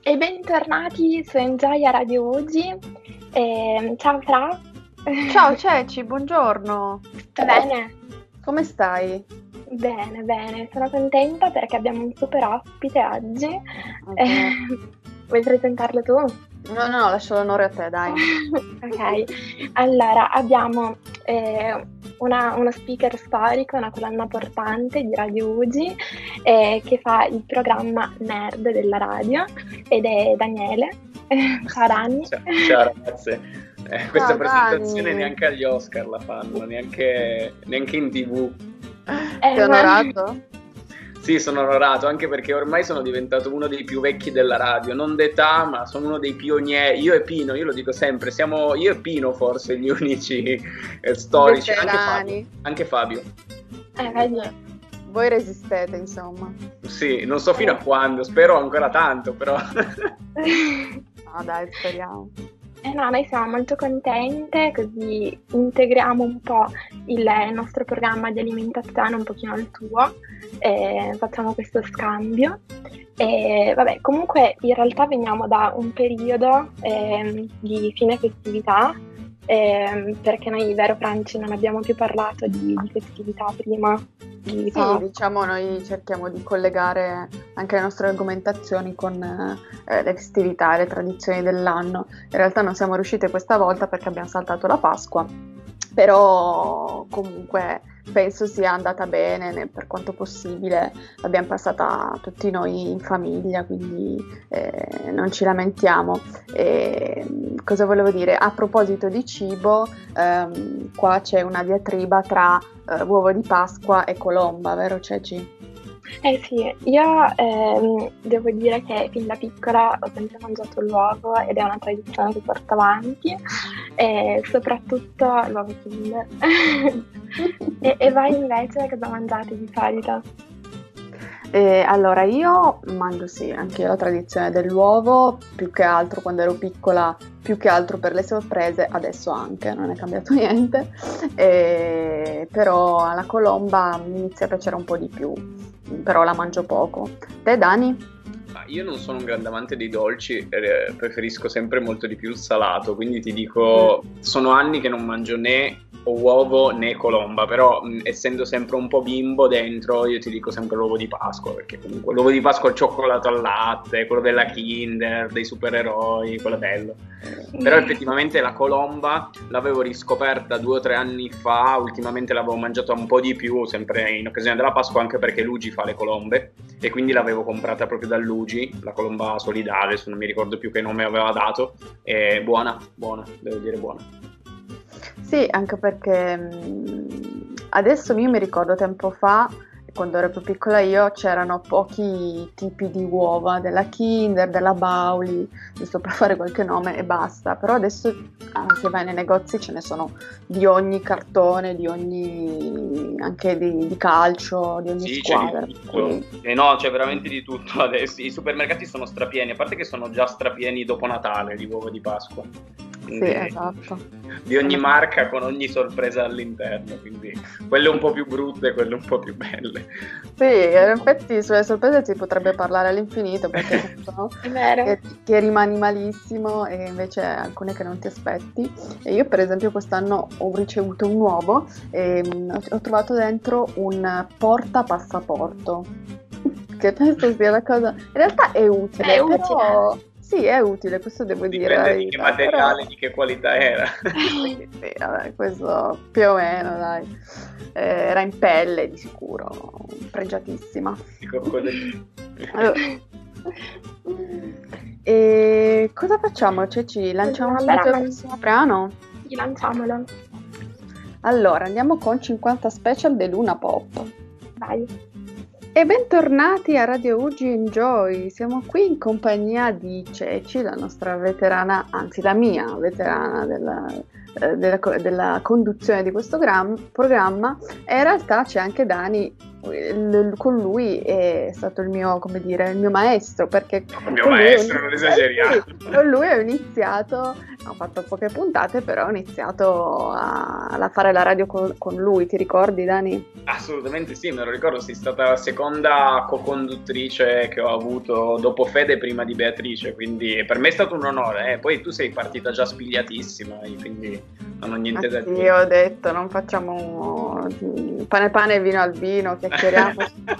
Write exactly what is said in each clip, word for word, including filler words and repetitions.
E bentornati su Enjoy a Radio Ugi. Eh, ciao Fra. Ciao Ceci, buongiorno. Tutto bene? Come stai? Bene, bene, sono contenta perché abbiamo un super ospite oggi. Ok. Eh, vuoi presentarlo tu? No, no, no, lascio l'onore a te, dai. Ok, allora abbiamo eh, una- uno speaker storico, una colonna portante di Radio Ugi eh, che fa il programma Nerd della radio ed è Daniele. Ciao Dani. Ciao, ciao ragazze. Eh, questa Ciao, presentazione Dani. neanche agli Oscar la fanno, neanche, neanche in tivù. Eh, Sei onorato? Sì, sono onorato, anche perché ormai sono diventato uno dei più vecchi della radio, non d'età, ma sono uno dei pionieri. Io e Pino, io lo dico sempre, siamo io e Pino forse gli unici eh, storici, anche Fabio. Veterani. Anche Fabio. Eh, vedi. Voi resistete, insomma. Sì, non so fino a quando, spero ancora tanto, però. No, dai, speriamo. Eh no, noi siamo molto contente, così integriamo un po' il nostro programma di alimentazione un pochino al tuo, e facciamo questo scambio. E vabbè, comunque in realtà veniamo da un periodo ehm, di fine festività, ehm, perché noi, vero Franci, non abbiamo più parlato di, di festività prima. Di Sì, Pasqua. diciamo, noi cerchiamo di collegare anche le nostre argomentazioni con eh, le festività e le tradizioni dell'anno. In realtà non siamo riuscite questa volta perché abbiamo saltato la Pasqua, però comunque penso sia andata bene ne- per quanto possibile, l'abbiamo passata tutti noi in famiglia, quindi eh, non ci lamentiamo. E, cosa volevo dire? A proposito di cibo, ehm, qua c'è una diatriba tra eh, uovo di Pasqua e colomba, vero Ceci? Eh sì, io ehm, devo dire che fin da piccola ho sempre mangiato l'uovo ed è una tradizione che porto avanti, e soprattutto l'uovo Kinder. e, e voi invece cosa mangiate di solito? E allora io mangio sì, anche io la tradizione dell'uovo, più che altro quando ero piccola, più che altro per le sorprese, adesso anche, non è cambiato niente, e- però alla colomba mi inizia a piacere un po' di più, però la mangio poco. Te Dani? Ma io non sono un grande amante dei dolci, eh, preferisco sempre molto di più il salato, quindi ti dico, sono anni che non mangio né uovo né colomba, però mh, essendo sempre un po' bimbo dentro, io ti dico sempre l'uovo di Pasqua, perché comunque l'uovo di Pasqua al cioccolato al latte, quello della Kinder, dei supereroi, quello è bello. Però effettivamente la colomba l'avevo riscoperta due o tre anni fa, ultimamente l'avevo mangiata un po' di più, sempre in occasione della Pasqua, anche perché Luigi fa le colombe e quindi l'avevo comprata proprio da Luigi, la colomba solidale, adesso non mi ricordo più che nome aveva dato, è buona, buona, devo dire buona. Sì, anche perché mh, adesso io mi ricordo tempo fa, quando ero più piccola io, c'erano pochi tipi di uova, della Kinder, della Bauli, giusto per fare qualche nome e basta, però adesso ah, se vai nei negozi ce ne sono di ogni cartone, di ogni, anche di, di calcio, di ogni Sì, c'è squadra. di tutto. Eh no, c'è veramente di tutto adesso. I supermercati sono strapieni, a parte che sono già strapieni dopo Natale di uovo di Pasqua. Sì, Quindi, esatto. di ogni marca con ogni sorpresa all'interno, quindi quelle un po' più brutte e quelle un po' più belle. Sì, in effetti sulle sorprese si potrebbe parlare all'infinito perché sono È vero. che, che rimani malissimo e invece alcune che non ti aspetti. E io per esempio quest'anno ho ricevuto un uovo e mh, ho, ho trovato dentro un porta passaporto, che penso sia la cosa, in realtà è utile, È però sì, è utile, questo devo dire la Dipende di che verità, materiale, però- di che qualità era. sì, sì, vabbè, questo più o meno, dai. Eh, era in pelle di sicuro, pregiatissima. Di coccodrillo. Allora, e cosa facciamo? Cioè, ci lanciamo Allora, subito il man- prossimo brano? Sì, lanciamolo. Allora, andiamo con cinquanta special di Luna Pop. Vai. E bentornati a Radio Ugi Enjoy, siamo qui in compagnia di Ceci, la nostra veterana, anzi la mia veterana della, eh, della, co- della conduzione di questo gram- programma, e in realtà c'è anche Dani l- con lui è stato il mio, come dire, il mio maestro, perché il mio con lui maestro, ho- non esageriamo. eh sì, con lui ho iniziato, ho fatto poche puntate, però ho iniziato a, a fare la radio con, con lui, ti ricordi, Dani? Assolutamente sì, me lo ricordo, sei stata la seconda co-conduttrice che ho avuto dopo Fede prima di Beatrice, quindi per me è stato un onore, eh. Poi tu sei partita già spigliatissima, e quindi non ho niente da Ah, sì, dire. ho detto, non facciamo pane pane e vino al vino, chiacchieriamo,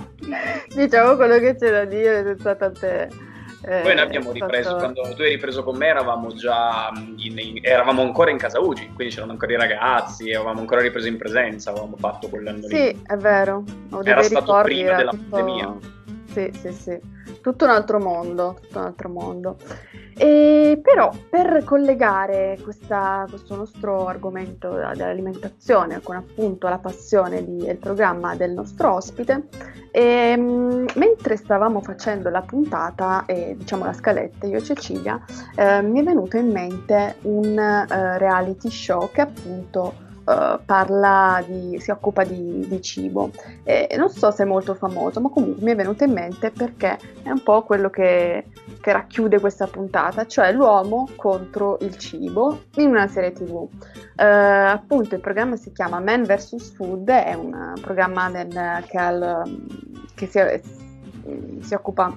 diciamo quello che c'è da dire senza tante... eh, Poi noi abbiamo ripreso, fatto- quando tu hai ripreso con me eravamo già in, in- eravamo ancora in casa Ugi, quindi c'erano ancora i ragazzi, avevamo ancora ripreso in presenza, avevamo fatto quell'anno lì. Sì, è vero, ho dei Era bei stato ricordi, prima era della tutto- pandemia. Sì, sì, sì, tutto un altro mondo, tutto un altro mondo. E però per collegare questa- questo nostro argomento dell'alimentazione con appunto la passione di- del programma del nostro ospite, ehm, mentre stavamo facendo la puntata e diciamo la scaletta, io e Cecilia, eh, mi è venuto in mente un eh, reality show che appunto eh, parla di, si occupa di, di cibo. E non so se è molto famoso, ma comunque mi è venuto in mente perché è un po' quello che, che racchiude questa puntata, cioè l'uomo contro il cibo in una serie tivù. Eh, appunto il programma si chiama Man versus. Food, è un programma del, che, ha il- che si, si occupa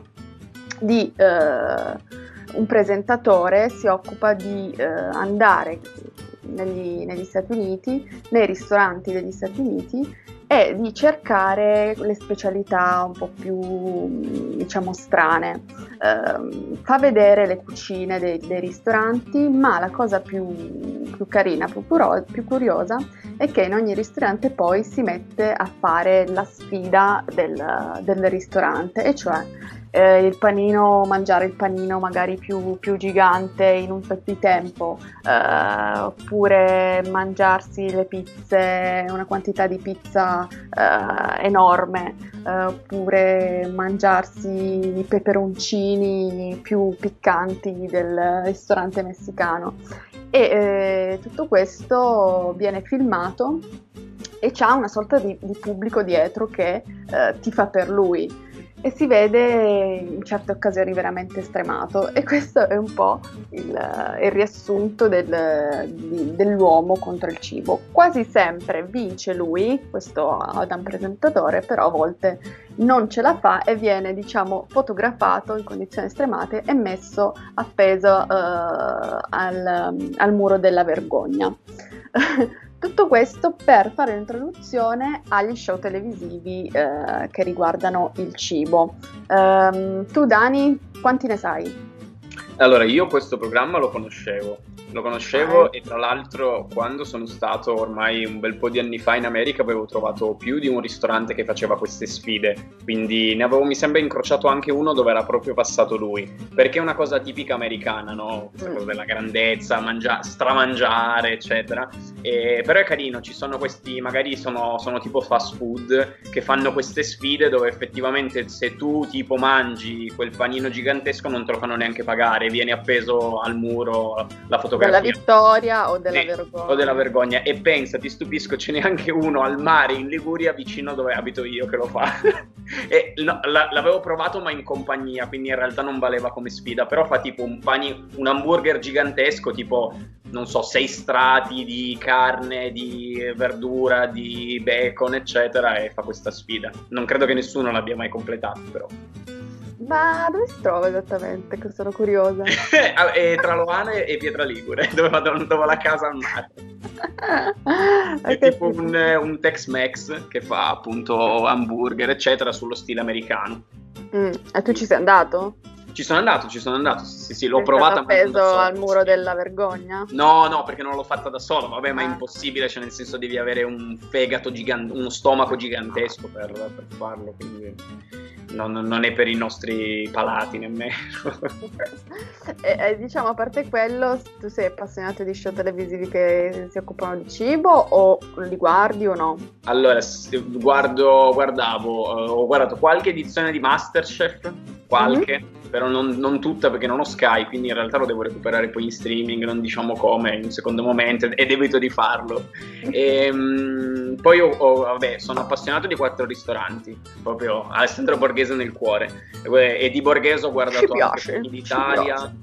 di eh, un presentatore, si occupa di eh, andare negli, negli Stati Uniti, nei ristoranti degli Stati Uniti e di cercare le specialità un po' più, diciamo, strane. Eh, fa vedere le cucine dei, dei ristoranti, ma la cosa più, più carina, più, curo- più curiosa è che in ogni ristorante poi si mette a fare la sfida del, del ristorante, e cioè eh, il panino, mangiare il panino magari più, più gigante in un tot di tempo, eh, oppure mangiarsi le pizze, una quantità di pizza eh, enorme, eh, oppure mangiarsi i peperoncini più piccanti del ristorante messicano. E eh, tutto questo viene filmato e c'ha una sorta di, di pubblico dietro che eh, tifa per lui, e si vede in certe occasioni veramente stremato, e questo è un po' il, il riassunto del, di- dell'uomo contro il cibo. Quasi sempre vince lui, questo Adam presentatore, però a volte non ce la fa e viene, diciamo, fotografato in condizioni estremate e messo appeso eh, al, al muro della vergogna. Tutto questo per fare un'introduzione agli show televisivi eh, che riguardano il cibo. Ehm, tu, Dani, quanti ne sai? Allora, io questo programma lo conoscevo, lo conoscevo Ah, e tra l'altro quando sono stato ormai un bel po' di anni fa in America avevo trovato più di un ristorante che faceva queste sfide, quindi ne avevo, mi sembra, incrociato anche uno dove era proprio passato lui, perché è una cosa tipica americana, no? Questa Mm. cosa della grandezza, mangia- stramangiare, eccetera. E, però è carino, ci sono questi, magari sono, sono tipo fast food che fanno queste sfide dove effettivamente se tu tipo mangi quel panino gigantesco non te lo fanno neanche pagare, vieni appeso al muro la fotografia. Della vittoria o della Sì, vergogna? o della vergogna. E pensa, ti stupisco, ce n'è anche uno al mare in Liguria vicino dove abito io che lo fa. E no, la- l'avevo provato ma in compagnia, quindi in realtà non valeva come sfida, però fa tipo un, pani, un hamburger gigantesco, tipo non so, sei strati di carne, di verdura, di bacon, eccetera, e fa questa sfida. Non credo che nessuno l'abbia mai completato, però. Ma dove si trova esattamente? Che sono curiosa. È tra Loana e Pietra Ligure, dove vado, dove ho la casa al mare. È Hai tipo capito? un, un Tex-Mex che fa appunto hamburger, eccetera, sullo stile americano. Mm, E tu ci sei andato? Ci sono andato, ci sono andato, sì, sì, sì, l'ho Sei provata stato ma non da appeso solo. al muro della vergogna? No, no, perché non l'ho fatta da solo, vabbè, ma è Ah. impossibile, cioè nel senso devi avere un fegato gigante, uno stomaco gigantesco per, per farlo, quindi non, non è per i nostri palati nemmeno. E, e diciamo, a parte quello, tu sei appassionato di show televisivi che si occupano di cibo, o li guardi o no? Allora, se guardo, guardavo, eh, ho guardato qualche edizione di MasterChef, qualche, mm-hmm. però non, non tutta perché non ho Sky, quindi in realtà lo devo recuperare poi in streaming, non diciamo come, in un secondo momento, ed evito di farlo. E, um, poi ho, ho, vabbè, sono appassionato di Quattro Ristoranti, proprio Alessandro Borghese nel cuore, e, e di Borghese ho guardato piace, anche in Italia.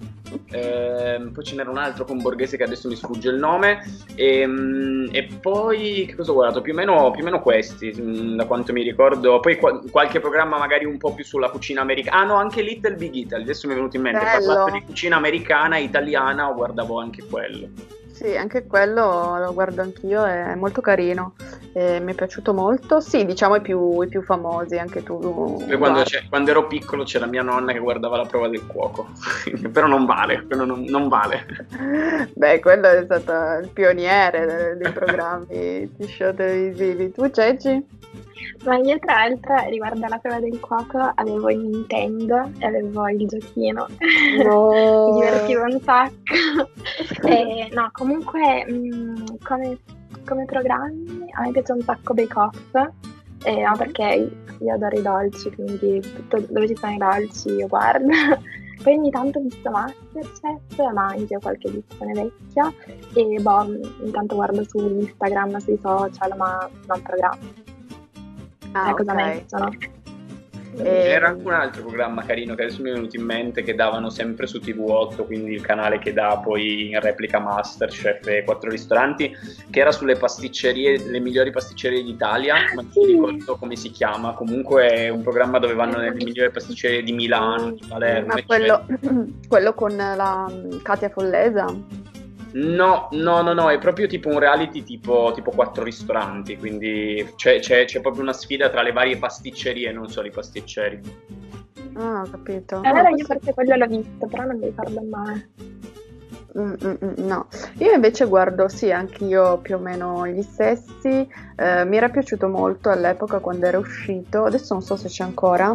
Eh, poi ce n'era un altro con Borghese che adesso mi sfugge il nome, e, e poi che cosa ho guardato? Più o meno, più o meno questi, da quanto mi ricordo. Poi qua, qualche programma magari un po' più sulla cucina americana. Ah no, anche Little Big Italy, adesso mi è venuto in mente. Ho parlato di cucina americana, italiana, guardavo anche quello. Sì, anche quello lo guardo anch'io, è molto carino, e mi è piaciuto molto. Sì, diciamo i più, i più famosi, anche tu. Quando, quando ero piccolo c'era mia nonna che guardava La prova del cuoco, però non vale, quello non, non vale. Beh, quello è stato il pioniere dei, dei programmi di show televisivi. Tu, Ceci? Ma io tra l'altro riguardo alla prova del cuoco avevo il Nintendo e avevo il giochino. No. Mi divertivo un sacco. E, no, comunque mh, come, come programmi a me piace un sacco Bake Off, eh, no, perché io adoro i dolci, quindi tutto dove ci sono i dolci io guardo. Poi ogni tanto ho visto Masterchef, ma anche ho qualche edizione vecchia, e boh, intanto guardo su Instagram, sui social, ma non programmi. Ah, eh, cosa okay. mettono. E... C'era anche un altro programma carino che adesso mi è venuto in mente, che davano sempre su T V otto, quindi il canale che dà poi in replica Masterchef e Quattro Ristoranti, che era sulle pasticcerie, le migliori pasticcerie d'Italia, ma non sì. mi ricordo come si chiama. Comunque è un programma dove vanno nelle migliori pasticcerie di Milano, di Palermo. Ma quello, quello con la Katia Follesa? No, no, no, no, è proprio tipo un reality tipo, tipo Quattro Ristoranti, quindi c'è, c'è, c'è proprio una sfida tra le varie pasticcerie, non solo i pasticceri. Ah, ho capito. Allora no, io forse quello l'ho visto, però non mi ricordo mai. Mm, mm, mm, no, io invece guardo, sì, anch'io più o meno gli stessi. Eh, mi era piaciuto molto all'epoca quando era uscito, adesso non so se c'è ancora,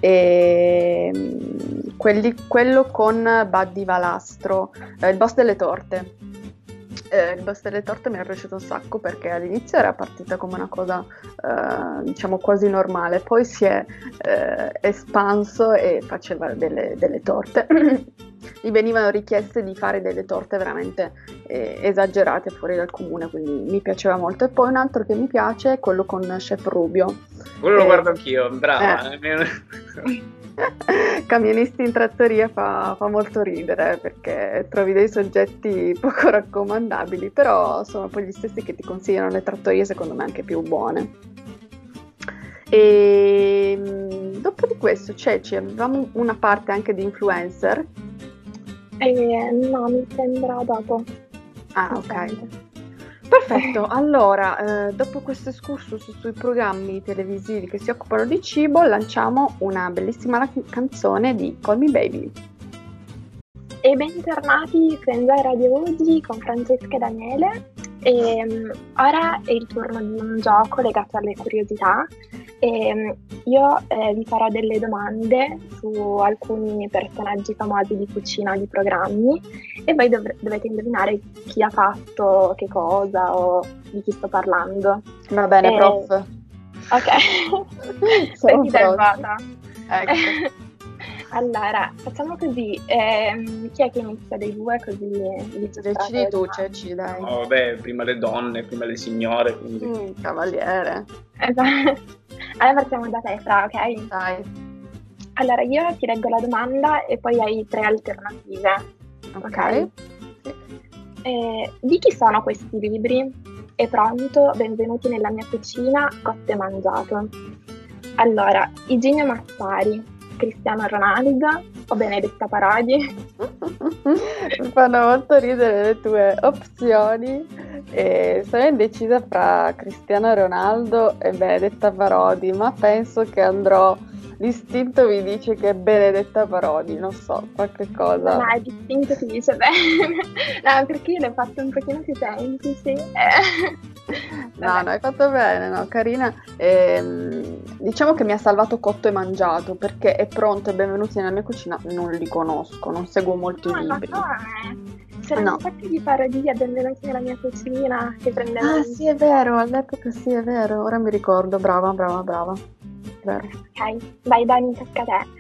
e, mm, quelli, quello con Buddy Valastro, eh, il boss delle torte. Eh, il boss delle torte mi era piaciuto un sacco perché all'inizio era partita come una cosa eh, diciamo quasi normale, poi si è eh, espanso e faceva delle, delle torte. Gli venivano richieste di fare delle torte veramente eh, esagerate fuori dal comune, quindi mi piaceva molto. E poi un altro che mi piace è quello con Chef Rubio. Quello lo eh, guardo anch'io, brava. Eh. Camionisti in trattoria fa, fa molto ridere perché trovi dei soggetti poco raccomandabili, però sono poi gli stessi che ti consigliano le trattorie, secondo me anche più buone. E dopo di questo Ceci, avevamo una parte anche di influencer. Eh, no, mi sembra dopo. Ah, ok. Perfetto, allora, eh, dopo questo excursus sui programmi televisivi che si occupano di cibo, lanciamo una bellissima la- canzone di Call Me Baby. E bentornati su Enjoy Radio oggi con Francesca e Daniele. E, um, ora è il turno di un gioco legato alle curiosità. E, um, io eh, vi farò delle domande su alcuni personaggi famosi di cucina o di programmi e voi dov- dovete indovinare chi ha fatto che cosa o di chi sto parlando. Va bene, E... prof. Ok, Sono sei salvata. Ecco. Allora, facciamo così, ehm, chi è che inizia dei due così vi Decidi tu, Ceci, dai. No, vabbè, prima le donne, prima le signore, quindi... Mm, cavaliere. Esatto. Allora partiamo da te, Fra, ok? Dai. Allora, io ti leggo la domanda e poi hai tre alternative. Ok. Ok? Eh, di chi sono questi libri? È pronto, benvenuti nella mia cucina, cotto e mangiato. Allora, Iginio Massari, Cristiano Ronaldo o Benedetta Parodi? Mi fanno molto ridere le tue opzioni e sono indecisa fra Cristiano Ronaldo e Benedetta Parodi, ma penso che andrò, l'istinto mi dice che è Benedetta Parodi, non so, qualche cosa. No, l'istinto ti dice bene. No, perché io le ho fatte un pochino più semplici. Eh. No, no, hai fatto bene, no, carina. Ehm, diciamo che mi ha salvato cotto e mangiato perché è pronto e benvenuti nella mia cucina. Non li conosco, non seguo molto No, i ma libri. no, eh. C'erano No. un sacco di parodie benvenuti nella mia cucina che prendevano. Ah, sì, è vero, all'epoca sì, è vero, ora mi ricordo, brava, brava, brava. Vero. Ok, vai Dani, tocca a te.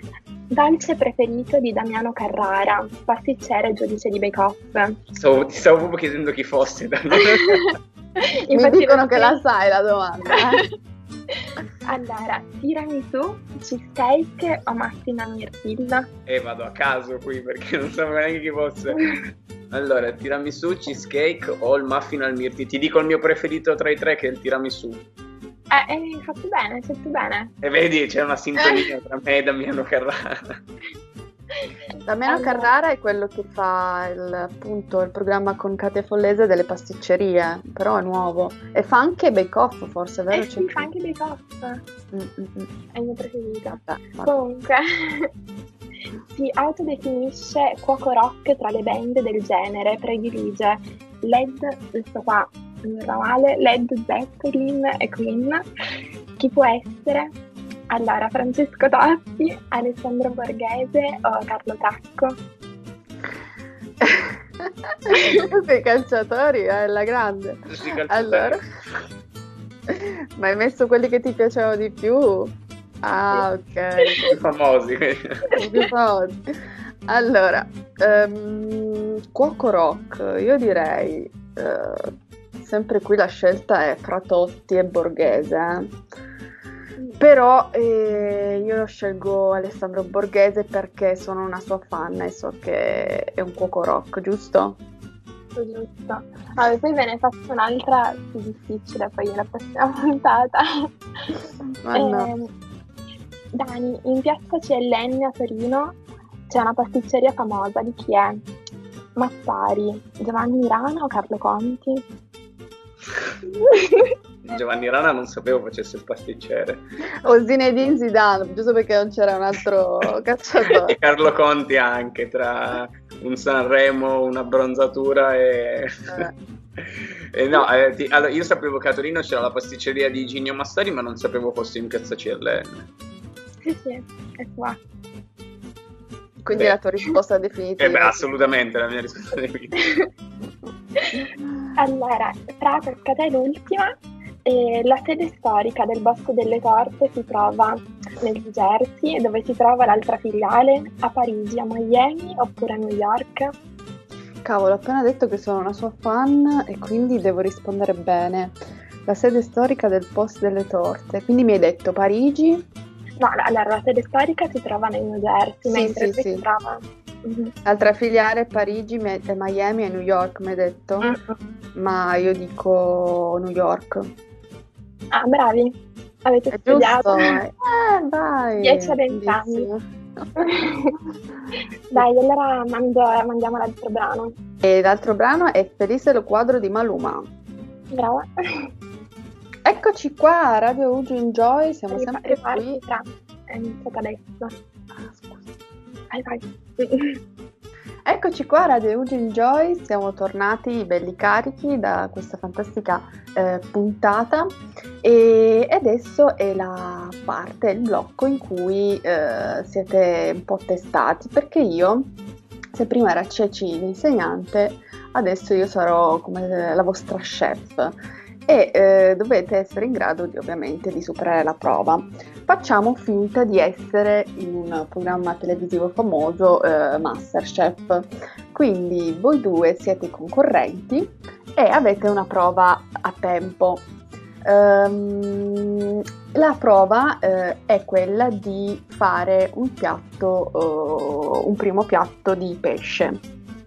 Dolce preferito di Damiano Carrara, pasticcere e giudice di Bake Off. Stavo, ti stavo proprio chiedendo chi fosse. Mi dicono che la sai la domanda. Eh? Allora, tiramisù, cheesecake o muffin al mirtillo? E vado a caso qui perché non sapevo neanche chi fosse. Allora, tiramisù, cheesecake o il muffin al mirtillo? Ti dico il mio preferito tra i tre, che è il tiramisù. Eh, hai fatto bene, hai fatto bene. E vedi, c'è una sintonia tra me e Damiano Carrara. Damiano Allora. Carrara è quello che fa il, appunto il programma con Katia Follese delle pasticcerie, però è nuovo. E fa anche Bake Off, forse, vero? Eh sì, fa anche Bake Off. Mm, mm, mm. È il mio preferito. Beh, ma- Comunque, si autodefinisce cuoco rock tra le band del genere, predilige Led, questo qua non va male, Led Zeppelin e Queen. Chi può essere? Allora, Francesco Totti, Alessandro Borghese o Carlo Tacco? Questi calciatori è la grande. Questi calciatori. Allora, ma hai messo quelli che ti piacevano di più? Ah, ok. Più famosi. I più famosi. Allora, ehm, cuoco rock, io direi eh, sempre qui la scelta è fra Totti e Borghese, eh. Però eh, io scelgo Alessandro Borghese perché sono una sua fan e so che è un cuoco rock, giusto? Giusto. Vabbè, poi ve ne faccio un'altra più difficile poi nella prossima puntata. Ma no. Ehm, Dani, in piazza C L N a Torino c'è una pasticceria famosa, di chi è? Mazzari, Giovanni Rana o Carlo Conti? Giovanni Rana non sapevo facesse il pasticcere. O Zinedine Zidane, giusto perché non c'era un altro cacciatore. E Carlo Conti anche, tra un Sanremo, una bronzatura e... Eh. e no, eh, ti- allora, io sapevo che a Torino c'era la pasticceria di Ginio Massari, ma non sapevo fosse in piazza C L N. Sì, sì, è qua. Quindi Beh. la tua risposta definitiva? Eh beh, assolutamente la mia risposta è qui. Allora, tra toccata è l'ultima. Eh, la sede storica del Bosco delle Torte si trova nel New Jersey, dove si trova l'altra filiale, a Parigi, a Miami oppure a New York? Cavolo, ho appena detto che sono una sua fan e quindi devo rispondere bene. La sede storica del Post delle Torte, quindi mi hai detto Parigi? No, la- allora la sede storica si trova nel New Jersey, Sì, mentre sì, poi sì. si trova... Mhm. L'altra filiale è Parigi, Mi- e Miami e New York, mi hai detto? Mhm. Ma io dico New York. Ah, bravi, avete È studiato. giusto? Eh, vai! dieci a venti anni. Bellissimo. Dai, allora mando- mandiamo l'altro brano. E l'altro brano è Felice lo quadro di Maluma. Brava. Eccoci qua a Radio Eugene Joy, siamo Ripa- sempre riparti qui. tra... È iniziata adesso. Ah, scusa. Vai, vai. Eccoci qua a Radio Eugene Joy, siamo tornati belli carichi da questa fantastica eh, puntata e adesso è la parte, il blocco in cui eh, siete un po' testati, perché io, se prima era Ceci l'insegnante, adesso io sarò come la vostra chef e eh, dovete essere in grado di, ovviamente, di superare la prova. Facciamo finta di essere in un programma televisivo famoso, eh, MasterChef. Quindi voi due siete i concorrenti e avete una prova a tempo. Ehm, la prova eh, è quella di fare un piatto, eh, un primo piatto di pesce.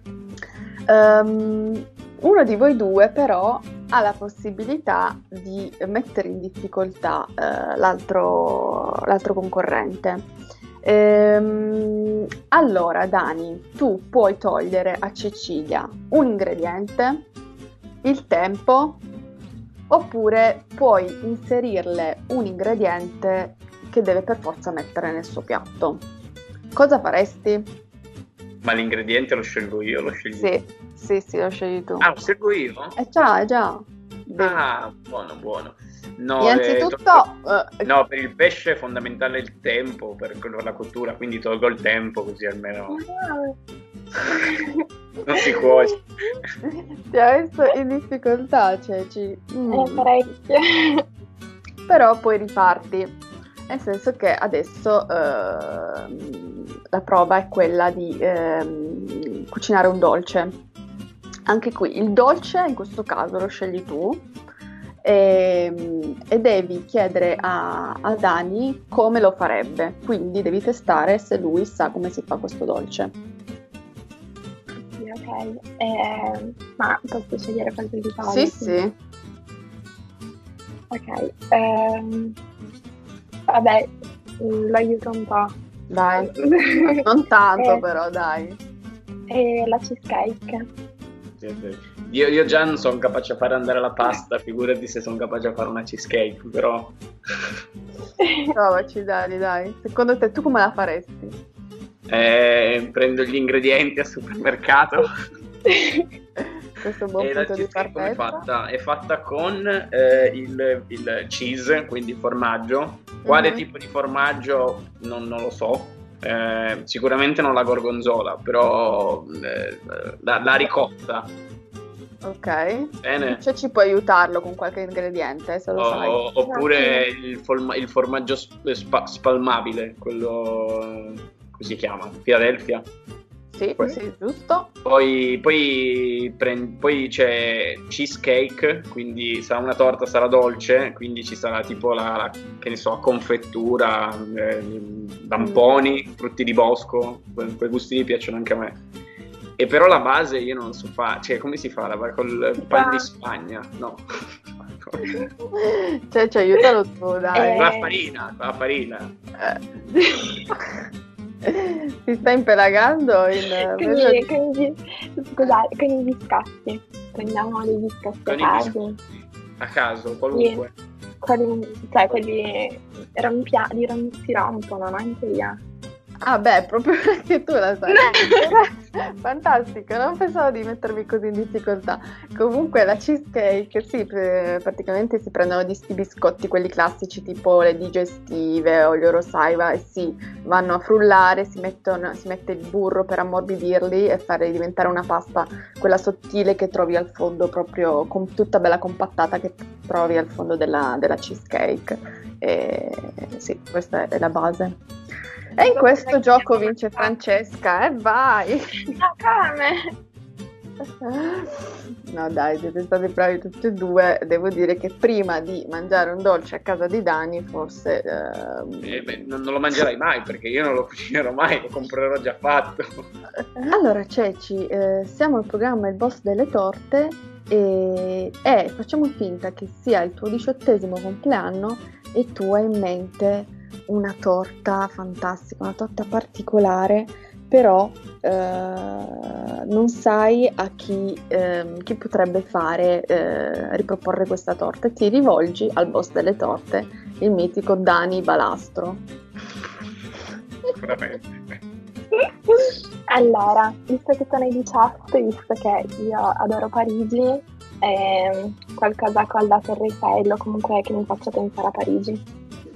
Ehm, uno di voi due però ha la possibilità di mettere in difficoltà eh, l'altro, l'altro concorrente. Ehm, allora, Dani, tu puoi togliere a Cecilia un ingrediente, il tempo, oppure puoi inserirle un ingrediente che deve per forza mettere nel suo piatto. Cosa faresti? Ma l'ingrediente lo scelgo io, lo scegli tu? Sì, sì, sì, lo scegli tu. Ah, lo scelgo io? Eh già, eh già. Devi- Ah, buono, buono. No, Innanzitutto, eh, eh, no, per il pesce è fondamentale il tempo per la cottura, quindi tolgo il tempo così almeno non si cuoce. ti ha messo in difficoltà, Ceci. Mm. Eh, parecchio. Però poi riparti, nel senso che adesso ehm, la prova è quella di ehm, cucinare un dolce. Anche qui il dolce in questo caso lo scegli tu e, e devi chiedere a, a Dani come lo farebbe, quindi devi testare se lui sa come si fa questo dolce. Sì, ok, eh, ma posso scegliere qualche di fare? Sì, sì. Ok, ehm, vabbè, lo aiuto un po'. Dai, non tanto Eh, però, dai. E la cheesecake. Io, io già non sono capace a fare andare la pasta, figurati se sono capace a fare una cheesecake, però... Provaci, Dani, dai. Secondo te tu come la faresti? Eh, prendo gli ingredienti al supermercato. Questo è un buon E la punto di cheesecake come è partenza. fatta? È fatta con eh, il, il cheese, quindi formaggio. Quale Mhm. tipo di formaggio non, non lo so. Eh, sicuramente non la gorgonzola, però eh, la, la ricotta. Ok. Bene. Cioè ci puoi aiutarlo con qualche ingrediente, se lo sai. O- oppure il, forma- il formaggio sp- spa- spalmabile, quello come si chiama? Philadelphia. Sì, Poi- sì, giusto. Poi, poi, prend- poi c'è cheesecake, quindi sarà una torta, sarà dolce, quindi ci sarà tipo la, la- che ne so, confettura, eh, lamponi, frutti di bosco, que- quei gusti lì piacciono anche a me. E però la base io non so fare, cioè come si fa? La fa col pan di Spagna? No. Cioè ci aiutalo tu, dai. Eh. Con la farina, con la farina. Eh. Si sta impelagando in... Con i, con i- scusate, con i biscotti. Prendiamo dei biscotti a Con i caso. biscotti. A caso, qualunque. Quelli, cioè quelli rompia, di rom- si rompono, no? In teoria. Ah beh, proprio perché tu la sai. Fantastico, non pensavo di mettermi così in difficoltà. Comunque la cheesecake, sì, pr- praticamente si prendono di sti biscotti, quelli classici tipo le digestive o gli Orosaiba, e si vanno a frullare, si, mettono, si mette il burro per ammorbidirli e farli diventare una pasta, quella sottile che trovi al fondo, proprio com- tutta bella compattata che trovi al fondo della, della cheesecake. E sì, questa è la base. E in questo gioco vince Francesca, e vai! No, come? No dai, siete stati bravi tutti e due. Devo dire che prima di mangiare un dolce a casa di Dani, forse... ehm, Eh, beh, non, non lo mangerai mai perché io non lo cucinerò mai, lo comprerò già fatto. Allora Ceci, eh, siamo al programma Il Boss delle Torte e, e facciamo finta che sia il tuo diciottesimo compleanno e tu hai in mente una torta fantastica, una torta particolare, però eh, non sai a chi, ehm, chi potrebbe fare, eh, riproporre questa torta, e ti rivolgi al boss delle torte, il mitico Dani Balastro. Sicuramente. Allora, visto che sono i diciotto, visto che io adoro Parigi, ehm, qualcosa con la Torre Eiffel o comunque che mi faccia pensare a Parigi.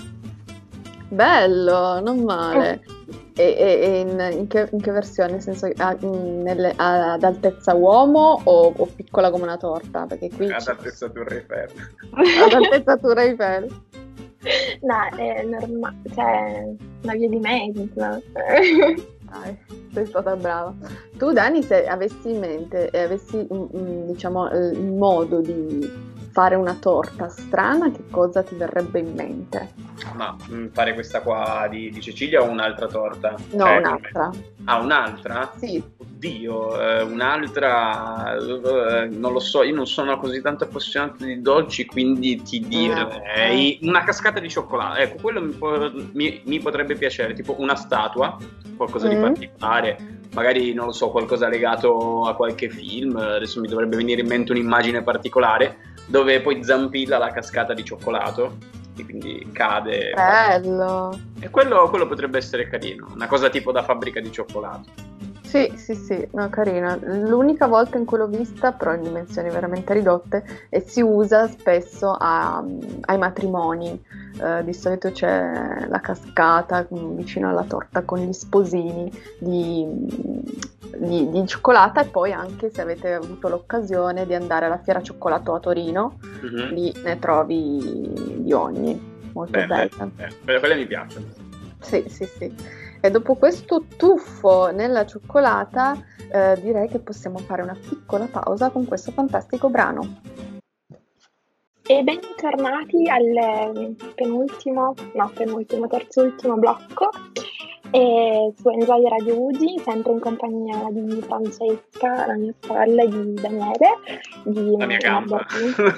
Bello, non male. E, e- e in, in che, in che versione? Nel senso, a- in- nelle- ad altezza uomo o, o piccola come una torta? Perché qui Ad c'è- altezza Torre Eiffel. ad altezza Torre Eiffel. No, è normale, cioè una via di mezzo. Dai, sei stata brava. Tu, Dani, se avessi in mente e avessi, mm, mm, diciamo, eh, il modo di fare una torta strana, che cosa ti verrebbe in mente? Ma mh, fare questa qua di, di Cecilia o un'altra torta? No, Cioè, un'altra. Ah, un'altra? Sì. Oddio, eh, un'altra, eh, non lo so, io non sono così tanto appassionato di dolci, quindi ti direi una cascata di cioccolato. Ecco, quello mi, può- mi- mi potrebbe piacere, tipo una statua, qualcosa di Mm. particolare, magari non lo so, qualcosa legato a qualche film. Adesso mi dovrebbe venire in mente un'immagine particolare dove poi zampilla la cascata di cioccolato e quindi cade. Bello. E quello, quello potrebbe essere carino, una cosa tipo da fabbrica di cioccolato. Sì, sì, sì, no, carina. L'unica volta in cui l'ho vista, però in dimensioni veramente ridotte, e si usa spesso a- ai matrimoni. Eh, di solito c'è la cascata mm, vicino alla torta con gli sposini di, di- di cioccolata, e poi anche se avete avuto l'occasione di andare alla Fiera Cioccolato a Torino, Mhm. lì ne trovi di ogni. Molto Beh, bella. beh, beh, quelle mi piacciono. Sì, sì, sì. E dopo questo tuffo nella cioccolata, eh, direi che possiamo fare una piccola pausa con questo fantastico brano. E bentornati al penultimo, no, penultimo, terzultimo blocco e su Enjoy Radio Ugi, sempre in compagnia di Francesca, la mia sorella, e di Daniele, di la mia gamba.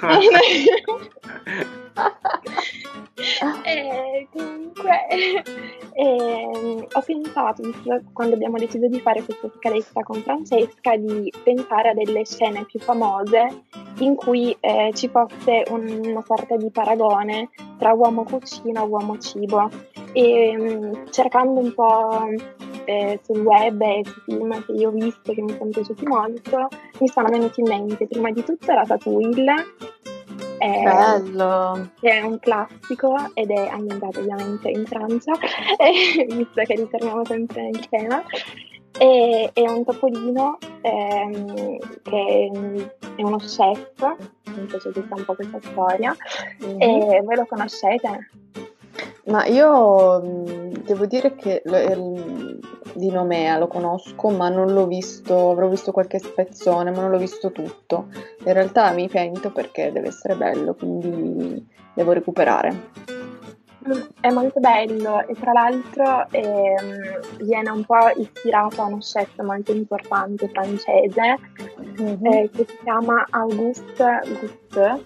E comunque eh, ho pensato, quando abbiamo deciso di fare questa scaletta con Francesca, di pensare a delle scene più famose in cui eh, ci fosse un, una sorta di paragone tra uomo cucina e uomo cibo, e mh, cercando un po' eh, sul web e sui film che io ho visto che mi sono piaciuti molto, mi sono venuti in mente prima di tutto Ratatouille, eh, bello, che è un classico ed è ambientato ovviamente in Francia, eh, visto che ritorniamo sempre nel tema. E, è un topolino ehm, che è uno chef, mi piace tutta un po' questa storia, mm-hmm. E voi lo conoscete? Ma io mh, devo dire che lo, il, di Nomea lo conosco, ma non l'ho visto, avrò visto qualche spezzone, ma non l'ho visto tutto. In realtà mi pento perché deve essere bello, quindi devo recuperare. È molto bello e tra l'altro ehm, viene un po' ispirato a uno chef molto importante francese, mm-hmm. eh, che si chiama Auguste Gusteau,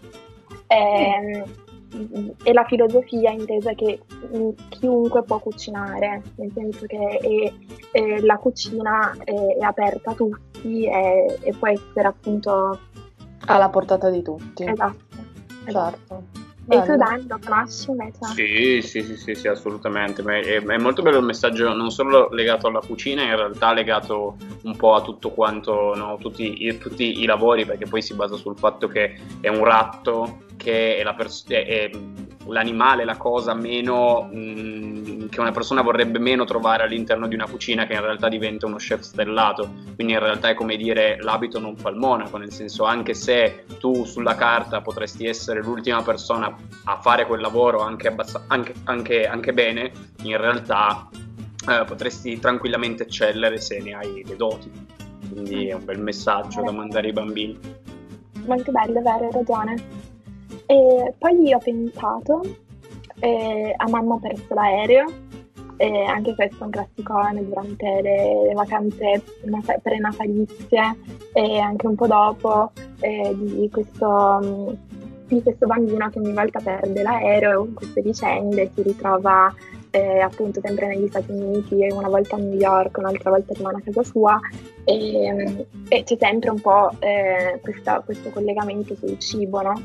eh, mm. E la filosofia è intesa che mh, chiunque può cucinare, nel senso che è, è, la cucina è, è aperta a tutti e, e può essere appunto alla portata di tutti. Esatto, esatto. Certo. E tu Dani lo conosci invece? Sì, sì, sì, sì, sì, assolutamente. È, è molto bello il messaggio, non solo legato alla cucina, in realtà legato un po' a tutto quanto, no, tutti, i, tutti i lavori, perché poi si basa sul fatto che è un ratto, che è, la pers- è, è l'animale, la cosa meno mh, che una persona vorrebbe meno trovare all'interno di una cucina, che in realtà diventa uno chef stellato. Quindi in realtà è come dire l'abito non fa il monaco, nel senso, anche se tu sulla carta potresti essere l'ultima persona a fare quel lavoro anche, abbast- anche, anche, anche bene, in realtà eh, potresti tranquillamente eccellere se ne hai le doti. Quindi è un bel messaggio da mandare ai bambini. Molto bello, è vero, hai ragione. E poi ho pensato eh, a Mamma ho perso l'aereo, e anche questo è un classicone durante le, le vacanze prenatalizie e anche un po' dopo, eh, di questo... di questo bambino che ogni volta perde l'aereo, con queste vicende si ritrova eh, appunto sempre negli Stati Uniti, una volta a New York, un'altra volta rimane a casa sua, e, e c'è sempre un po' eh, questa, questo collegamento sul cibo, no?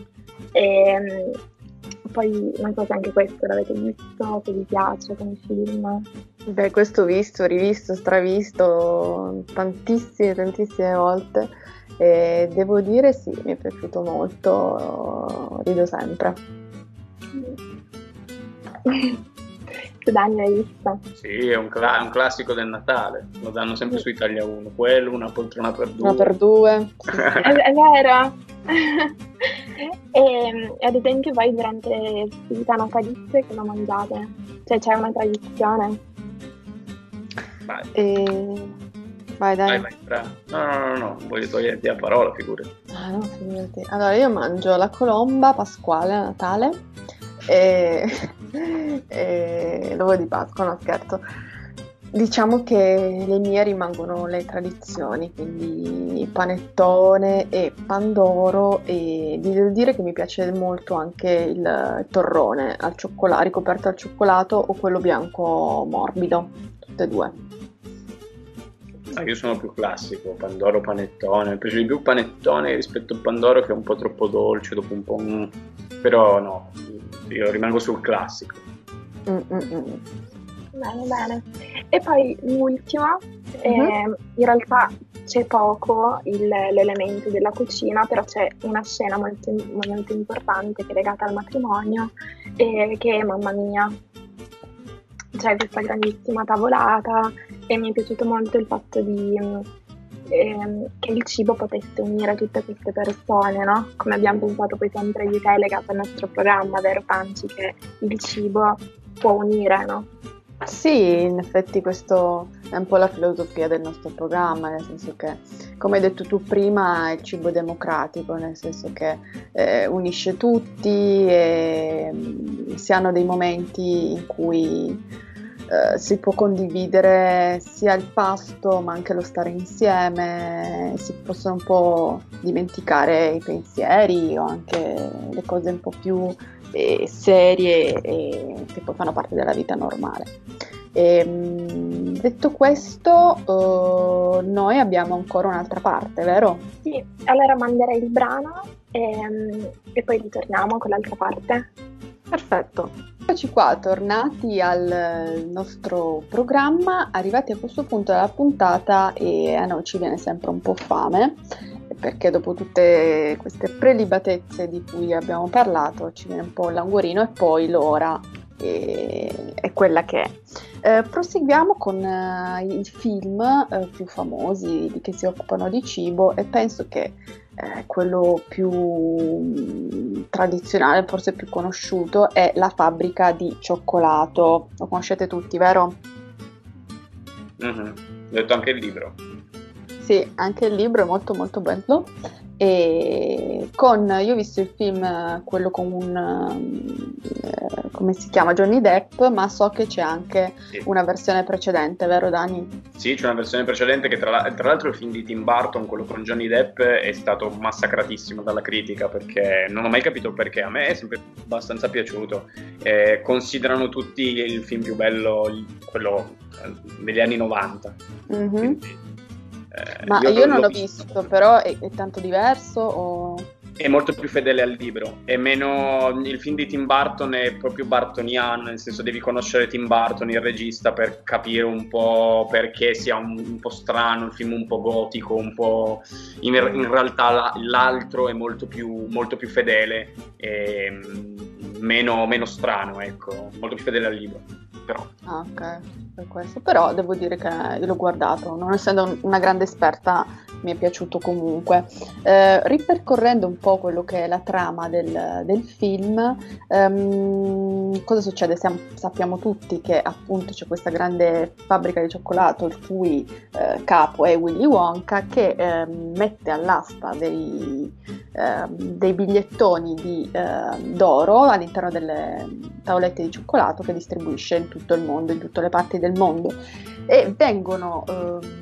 E, poi non so se anche questo l'avete visto, se vi piace come film. Beh, questo visto, rivisto, stravisto tantissime, tantissime volte. E devo dire sì, mi è piaciuto molto, rido sempre. Tu Dani l'hai visto? Sì, è un, cla- un classico del Natale, lo danno sempre su Italia uno, quello, una poltrona per due. Una per due. Sì, sì. è, è vero. E ad esempio voi durante le festività natalizie che lo mangiate? Cioè c'è una tradizione? Vai. E... Vai, dai. Vai, vai, no, no, no, no, voglio toglierti la parola, figurati. Ah, no, figurati. Allora, io mangio la colomba pasquale a Natale e, e l'uovo di Pasqua, no scherzo. Diciamo che le mie rimangono le tradizioni, quindi panettone e pandoro, e devo dire che mi piace molto anche il torrone al cioccolato, ricoperto al cioccolato, o quello bianco morbido, tutte e due. Ah, io sono più classico, pandoro, panettone, mi piace di più panettone rispetto al pandoro, che è un po' troppo dolce dopo un po', mm. Però no, io rimango sul classico. Mm-mm. Bene, bene. E poi l'ultimo, Mm-hmm. eh, in realtà c'è poco il, l'elemento della cucina, però c'è una scena molto, molto importante che è legata al matrimonio, eh, che è Mamma Mia. C'è questa grandissima tavolata e mi è piaciuto molto il fatto di ehm, che il cibo potesse unire tutte queste persone, no? Come abbiamo pensato poi sempre io e te legato al nostro programma, vero Franci, che il cibo può unire, no? Sì, in effetti questo è un po' la filosofia del nostro programma, nel senso che, come hai detto tu prima, è il cibo democratico, nel senso che eh, unisce tutti e mm, si hanno dei momenti in cui eh, si può condividere sia il pasto ma anche lo stare insieme, si possono un po' dimenticare i pensieri o anche le cose un po' più eh, serie e che poi fanno parte della vita normale. E, mh, detto questo, eh, noi abbiamo ancora un'altra parte, vero? Sì, allora manderei il brano e, e poi ritorniamo con l'altra parte. Perfetto. Eccoci qua, tornati al nostro programma, arrivati a questo punto della puntata e a noi ci viene sempre un po' fame, perché dopo tutte queste prelibatezze di cui abbiamo parlato ci viene un po' l'anguorino e poi l'ora è, è quella che è. Eh, proseguiamo con eh, i film eh, più famosi che si occupano di cibo e penso che eh, quello più mh, tradizionale, forse più conosciuto, è La fabbrica di cioccolato. Lo conoscete tutti, vero? Mm-hmm. Ho letto anche il libro. Sì, anche il libro è molto molto bello. E con, io ho visto il film, quello con un, eh, come si chiama, Johnny Depp, ma so che c'è anche sì. una versione precedente, vero Dani? Sì, c'è una versione precedente che tra, la, tra l'altro il film di Tim Burton, quello con Johnny Depp, è stato massacratissimo dalla critica perché non ho mai capito perché, a me è sempre abbastanza piaciuto. Eh, considerano tutti il film più bello, quello degli anni novanta. Mm-hmm. Quindi, Ma io, io non l'ho visto, visto però è, è tanto diverso o... È molto più fedele al libro, è meno... il film di Tim Burton è proprio bartoniano, nel senso devi conoscere Tim Burton, il regista, per capire un po' perché sia un, un po' strano, il film un po' gotico, un po'... In, in realtà l'altro è molto più, molto più fedele e meno, meno strano, ecco, molto più fedele al libro. Però. Ah, ok, per questo. Però devo dire che io l'ho guardato, non essendo una grande esperta mi è piaciuto comunque. Eh, ripercorrendo un po' quello che è la trama del, del film, ehm, cosa succede? Siamo, sappiamo tutti che appunto c'è questa grande fabbrica di cioccolato il cui eh, capo è Willy Wonka, che eh, mette all'asta dei, eh, dei bigliettoni di, eh, d'oro all'interno delle tavolette di cioccolato che distribuisce in tutto il mondo, in tutte le parti del mondo, e vengono eh,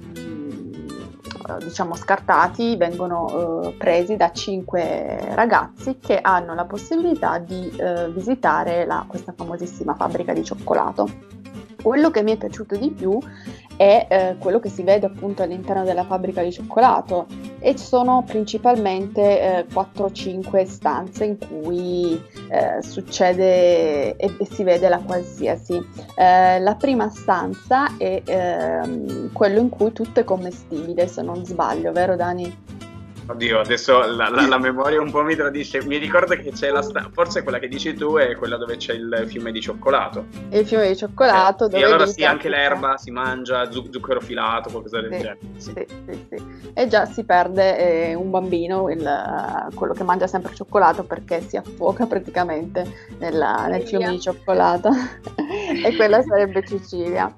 diciamo scartati, vengono eh, presi da cinque ragazzi che hanno la possibilità di eh, visitare la, questa famosissima fabbrica di cioccolato. Quello che mi è piaciuto di più è eh, quello che si vede appunto all'interno della fabbrica di cioccolato, e sono principalmente eh, quattro cinque stanze in cui eh, succede e, e si vede la qualsiasi. Eh, la prima stanza è ehm, quello in cui tutto è commestibile, se non sbaglio, vero Dani? Oddio, adesso la, la, la memoria un po' mi tradisce. Mi ricordo che c'è la sta- forse quella che dici tu è quella dove c'è il fiume di cioccolato. Il fiume di cioccolato, eh, dove e allora sì, anche l'erba si mangia, zu- zucchero filato, qualcosa del sì, genere. Sì. Sì, sì, sì. E già si perde eh, un bambino, il, quello che mangia sempre cioccolato, perché si affoga praticamente nella, nel fiume di cioccolato. E quella sarebbe Cecilia.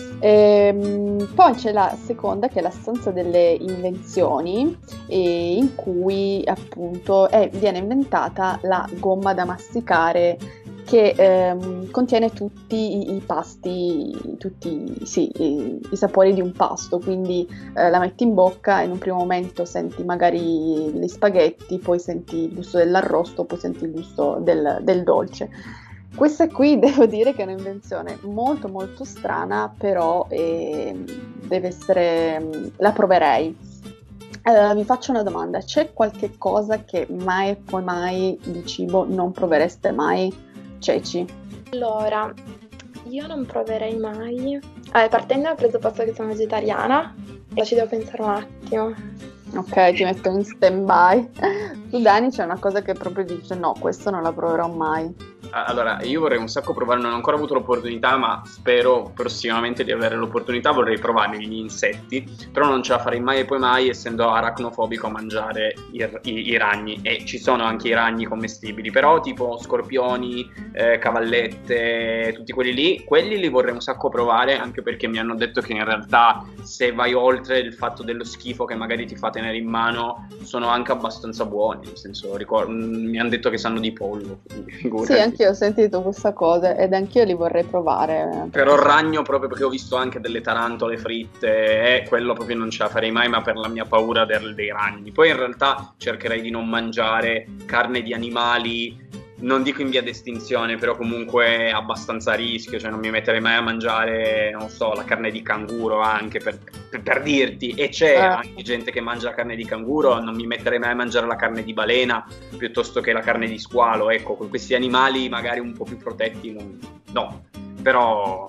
E, poi c'è la seconda, che è la stanza delle invenzioni, e in cui appunto è, viene inventata la gomma da masticare che ehm, contiene tutti i, i pasti, tutti sì, i, i sapori di un pasto, quindi eh, la metti in bocca e in un primo momento senti magari gli spaghetti, poi senti il gusto dell'arrosto, poi senti il gusto del, del dolce. Questa qui devo dire che è un'invenzione molto molto strana, però eh, deve essere, la proverei. Allora, vi faccio una domanda: c'è qualche cosa che mai e poi mai di cibo non provereste mai, Ceci? Allora, io non proverei mai, allora, partendo dal presupposto che sono vegetariana, ci devo pensare un attimo. Ok, ti metto in stand by. Tu Dani, c'è una cosa che proprio dice no, questo non la proverò mai. allora, io vorrei un sacco provare, non ho ancora avuto l'opportunità, ma spero prossimamente di avere l'opportunità, vorrei provare gli insetti, però non ce la farei mai e poi mai, essendo aracnofobico, a mangiare i, i, i ragni, e ci sono anche i ragni commestibili, però tipo scorpioni, eh, cavallette, tutti quelli lì, quelli li vorrei un sacco provare, anche perché mi hanno detto che in realtà se vai oltre il fatto dello schifo che magari ti fa tenere in mano, sono anche abbastanza buoni, nel senso, ricordo, mi hanno detto che sanno di pollo. Sì, anch'io ho sentito questa cosa ed anch'io li vorrei provare. Però il ragno, proprio perché ho visto anche delle tarantole fritte, e quello proprio non ce la farei mai, ma per la mia paura del, dei ragni. Poi in realtà cercherei di non mangiare carne di animali, non dico in via d'estinzione, però comunque abbastanza a rischio, cioè non mi metterei mai a mangiare, non so, la carne di canguro, anche per, per, per dirti, e c'è eh. anche gente che mangia la carne di canguro, non mi metterei mai a mangiare la carne di balena piuttosto che la carne di squalo, ecco, con questi animali magari un po' più protetti, non, no, però...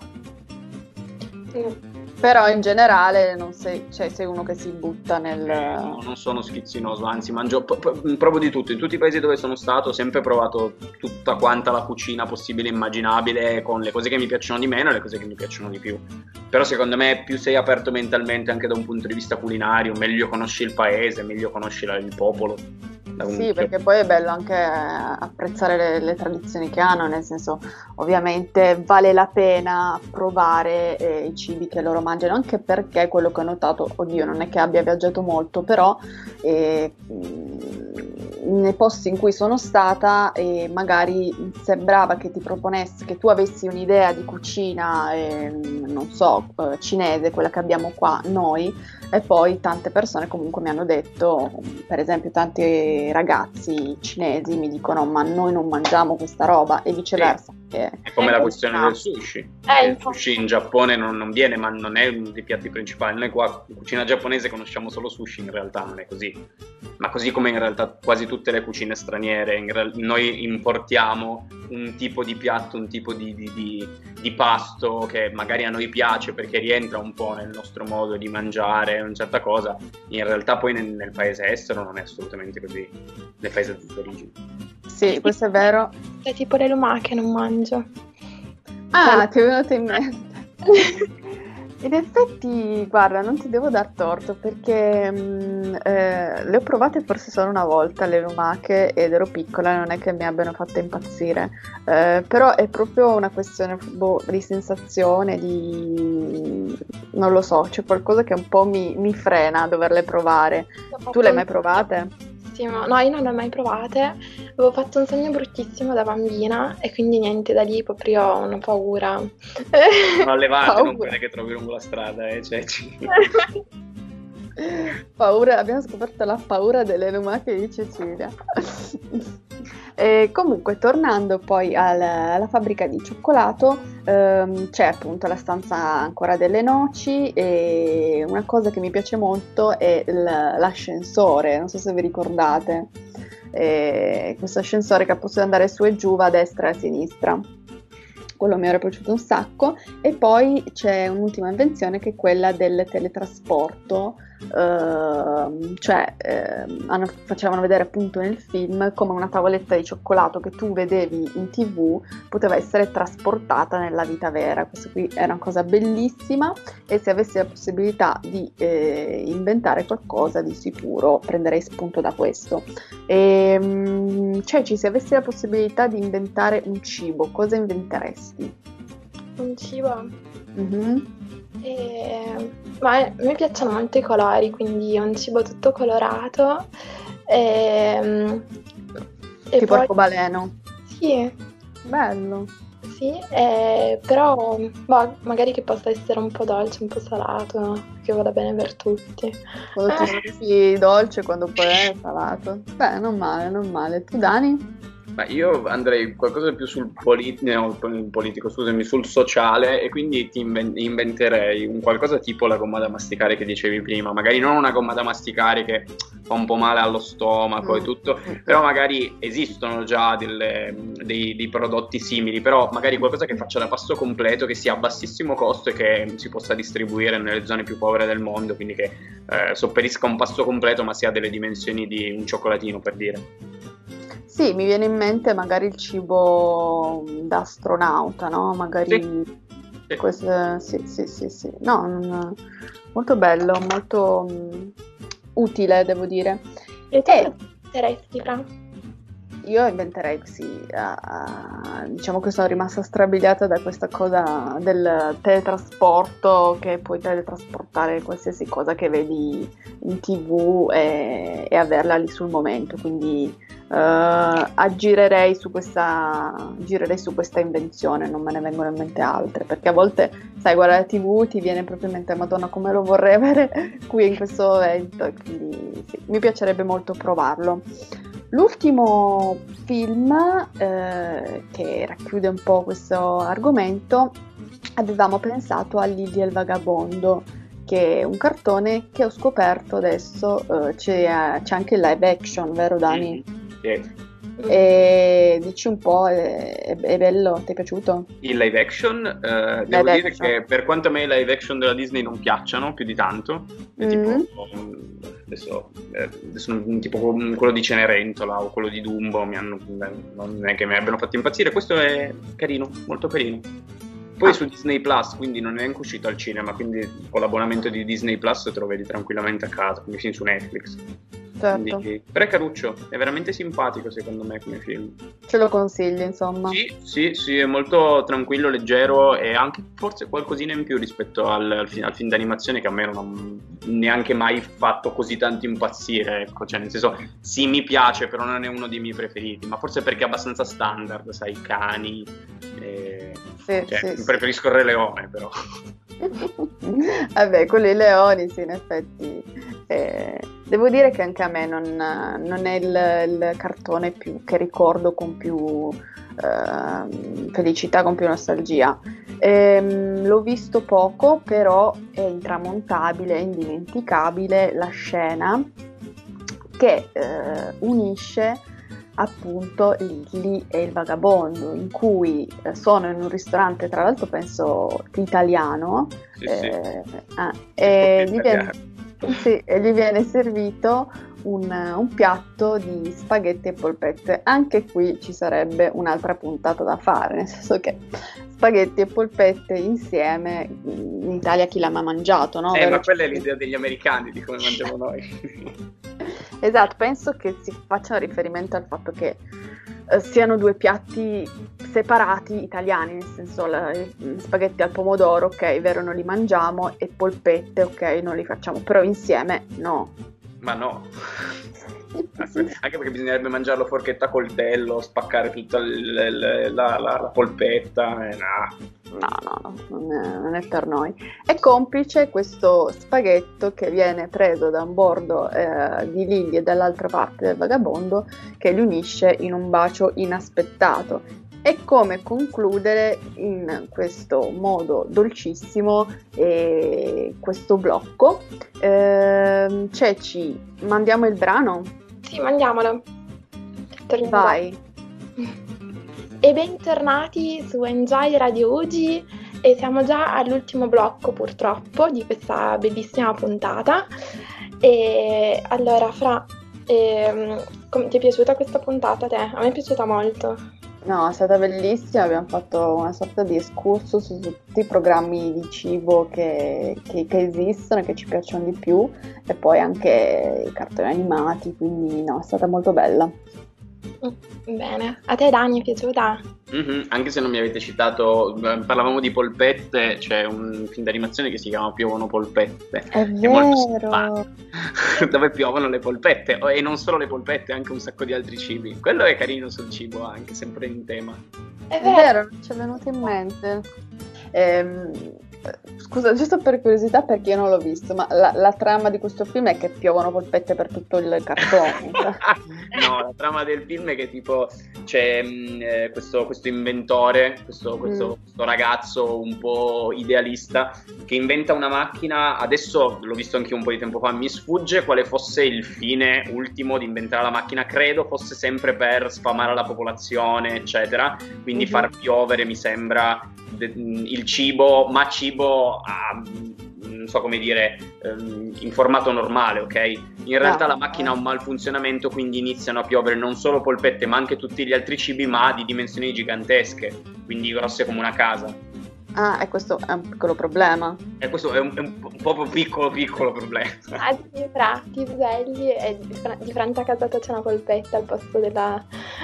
Mm. Però in generale non sei, cioè sei uno che si butta nel... Eh, no, non sono schizzinoso, anzi mangio, p- provo di tutto. In tutti i paesi dove sono stato ho sempre provato tutta quanta la cucina possibile e immaginabile, con le cose che mi piacciono di meno e le cose che mi piacciono di più. Però secondo me più sei aperto mentalmente anche da un punto di vista culinario, meglio conosci il paese, meglio conosci la, il popolo. Sì, perché poi è bello anche apprezzare le, le tradizioni che hanno, nel senso, ovviamente vale la pena provare eh, i cibi che loro mangiano, anche perché quello che ho notato, oddio, non è che abbia viaggiato molto, però eh, nei posti in cui sono stata eh, magari sembrava che ti proponesse, che tu avessi un'idea di cucina, eh, non so, eh, cinese, quella che abbiamo qua noi, e poi tante persone comunque mi hanno detto, per esempio tanti ragazzi cinesi mi dicono ma noi non mangiamo questa roba, e viceversa. Sì. Che è come la questione del sushi. Eh, il sushi in Giappone non, non viene, ma non è uno dei piatti principali. Noi qua in cucina giapponese conosciamo solo sushi, in realtà non è così. Ma così come in realtà quasi tutte le cucine straniere, in real- noi importiamo un tipo di piatto, un tipo di, di, di, di pasto che magari a noi piace perché rientra un po' nel nostro modo di mangiare una certa cosa, in realtà poi nel, nel paese estero non è assolutamente così, nel paese di origine. Sì, questo è vero. È tipo le lumache non mangio. Ah, ti è venuto in mente. In effetti, guarda, non ti devo dar torto perché mh, eh, le ho provate forse solo una volta le lumache ed ero piccola, non è che mi abbiano fatto impazzire, eh, però è proprio una questione boh, di sensazione, di... non lo so, c'è qualcosa che un po' mi, mi frena a doverle provare. Tu le hai mai provate? No, io non le ho mai provate, avevo fatto un sogno bruttissimo da bambina e quindi niente, da lì proprio ho una paura. Non allevate, Paura. non quelle che trovi lungo la strada, eh, cioè, ci... Paura, abbiamo scoperto la paura delle lumache di Cecilia. E comunque, tornando poi al, alla fabbrica di cioccolato, ehm, c'è appunto la stanza ancora delle noci, e una cosa che mi piace molto è il- l'ascensore, non so se vi ricordate, e questo ascensore che posso andare su e giù, va a destra e a sinistra. Quello mi era piaciuto un sacco. E poi c'è un'ultima invenzione che è quella del teletrasporto, ehm, cioè ehm, hanno- facevano vedere appunto nel film come una tavoletta di cioccolato che tu vedevi in tv poteva essere trasportata nella vita vera. Questo qui è una cosa bellissima, e se avessi la possibilità di eh, inventare qualcosa di sicuro prenderei spunto da questo. Ehm, cioè, ci se avessi la possibilità di inventare un cibo, cosa inventeresti? Un cibo. Mhm. E... Ma a me piacciono molto i colori, quindi un cibo tutto colorato. E, e Tipo poi arcobaleno. sì, Bello. sì, eh, però boh, magari che possa essere un po' dolce, un po' salato, che vada bene per tutti. Quando ti senti dolce, quando poi è salato. Beh, non male, non male. Tu, Dani? Ma io andrei qualcosa più sul poli- no, pol- politico, scusami, sul sociale, e quindi ti inven- inventerei un qualcosa tipo la gomma da masticare che dicevi prima, magari non una gomma da masticare che fa un po' male allo stomaco e tutto, però magari esistono già delle- dei, dei prodotti simili, però magari qualcosa che faccia da pasto completo, che sia a bassissimo costo e che si possa distribuire nelle zone più povere del mondo, quindi che eh, sopperisca un pasto completo ma sia delle dimensioni di un cioccolatino, per dire. Sì, mi viene in mente magari il cibo da astronauta, no? Magari Sì. Sì. questo, sì, sì, sì, sì. No, non- molto bello, molto mh, utile, devo dire. E tu E cosa faresti, Fra? io inventerei sì, uh, diciamo che sono rimasta strabiliata da questa cosa del teletrasporto, che puoi teletrasportare qualsiasi cosa che vedi in tivù e, e averla lì sul momento, quindi uh, aggirerei su questa, girerei su questa invenzione, non me ne vengono in mente altre, perché a volte, sai, guarda la tivù, ti viene proprio in mente, Madonna, come lo vorrei avere qui in questo momento, e quindi sì, mi piacerebbe molto provarlo. L'ultimo film eh, che racchiude un po' questo argomento, avevamo pensato a Lily e il Vagabondo, che è un cartone che ho scoperto adesso, eh, c'è, c'è anche il live action, vero Dani? Sì. E dici un po', è, è bello, ti è piaciuto? Il live action, eh, Live devo dire action. che per quanto a me i live action della Disney non piacciono più di tanto, è Mm. tipo, um, adesso, eh, adesso un- tipo quello di Cenerentola o quello di Dumbo mi hanno, non è che mi abbiano fatto impazzire, questo è carino, molto carino. Poi Ah. su Disney Plus, quindi non è neanche uscito al cinema, quindi con l'abbonamento di Disney Plus te lo vedi tranquillamente a casa, come film su Netflix. Certo, Quindi, però è caruccio, è veramente simpatico secondo me come film. ce lo consiglio, insomma. Sì, sì, sì, è molto tranquillo, leggero e anche forse qualcosina in più rispetto al, al, film, al film d'animazione che a me non ha neanche mai fatto così tanto impazzire, ecco, cioè nel senso sì mi piace però non è uno dei miei preferiti, ma forse perché è abbastanza standard, sai, i cani, e... Sì, cioè, sì, sì. preferisco il Re Leone però. Vabbè, quelli leoni, sì, in effetti. Eh, devo dire che anche a me non, non è il, il cartone più, che ricordo con più eh, felicità, con più nostalgia. Ehm, l'ho visto poco, però è intramontabile, è indimenticabile la scena che eh, unisce appunto Lily e il Vagabondo, in cui eh, sono in un ristorante, tra l'altro penso italiano, Sì, eh, sì. ah, e, Sì, gli viene, sì, e gli viene servito un, un piatto di spaghetti e polpette. Anche qui ci sarebbe un'altra puntata da fare, nel senso che spaghetti e polpette insieme, in Italia chi l'ha mai mangiato, no? Eh, Vero? ma quella è l'idea degli americani di come mangiamo noi. Esatto, penso che si faccia riferimento al fatto che eh, siano due piatti separati italiani, nel senso la, gli spaghetti al pomodoro, ok, vero, non li mangiamo, e polpette, ok, non li facciamo, però insieme no. Ma no. Anche perché bisognerebbe mangiarlo forchetta a coltello, spaccare tutta il- il- la, la- la polpetta, eh, no. No, no, no, non è, non è per noi. È complice questo spaghetto che viene preso da un bordo eh, di Lily e dall'altra parte del Vagabondo, che li unisce in un bacio inaspettato. E come concludere in questo modo dolcissimo eh, questo blocco. Ehm, Ceci, mandiamo il brano? Sì, mandiamolo. Torniamo Vai. dopo. E bentornati su Enjoy Radio U G, e siamo già all'ultimo blocco purtroppo di questa bellissima puntata. E allora, Fra, ehm, come ti è piaciuta questa puntata a te? A me è piaciuta molto. No, è stata bellissima, abbiamo fatto una sorta di escurso su tutti i programmi di cibo che, che, che esistono e che ci piacciono di più, e poi anche i cartoni animati, quindi no, è stata molto bella. Bene, a te Dani è piaciuta? Mhm, anche se non mi avete citato, eh, parlavamo di polpette, c'è un film d'animazione che si chiama Piovono polpette. È molto vero! simpatico, dove piovono le polpette, oh, e non solo le polpette, anche un sacco di altri cibi. Quello è carino sul cibo, anche sempre in tema. È È vero, non ci è venuto in mente. Ehm, scusa, giusto per curiosità, perché io non l'ho visto, ma la, la trama di questo film è che piovono polpette per tutto il cartone. No, la trama del film è che tipo c'è mh, eh, questo, questo inventore, questo, questo, Mm. questo ragazzo un po' idealista che inventa una macchina. Adesso l'ho visto anche un po' di tempo fa, mi sfugge quale fosse il fine ultimo di inventare la macchina, credo fosse sempre per sfamare la popolazione, eccetera, quindi Mhm. far piovere, mi sembra, de- il cibo, ma cibo a non so come dire, ehm, in formato normale, ok? In realtà No. la macchina ha un malfunzionamento, quindi iniziano a piovere non solo polpette ma anche tutti gli altri cibi, ma di dimensioni gigantesche, quindi grosse come una casa. Ah, e questo è un piccolo problema. E questo è un, è un, un proprio piccolo piccolo problema. Oggi fra ti svegli e di, fra- di fronte a casa tua c'è una polpetta al posto della...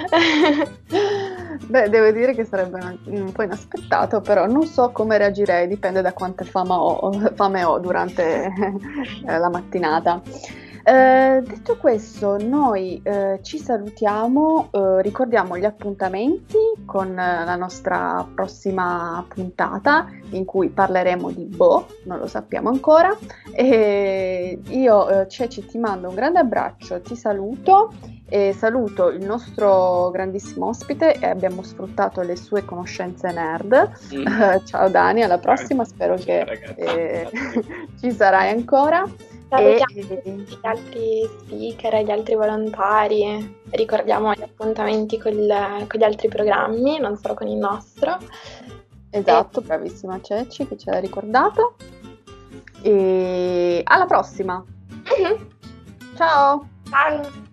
Beh, devo dire che sarebbe un, un po' inaspettato, però non so come reagirei, dipende da quanta fame ho, fame ho durante eh, la mattinata. Eh, detto questo, noi eh, ci salutiamo, eh, ricordiamo gli appuntamenti con eh, la nostra prossima puntata in cui parleremo di boh, non lo sappiamo ancora. E io, eh, Ceci, ti mando un grande abbraccio, ti saluto e saluto il nostro grandissimo ospite e abbiamo sfruttato le sue conoscenze nerd. Mm. Eh, ciao Dani, alla prossima, spero Ciao, che ragazzi. eh, ci sarai ancora. Salutiamo E- tutti gli altri speaker e gli altri volontari, ricordiamo gli appuntamenti col- con gli altri programmi, non solo con il nostro. Esatto, bravissima Ceci che ce l'hai ricordato. E alla prossima. Mhm. Ciao! Ciao!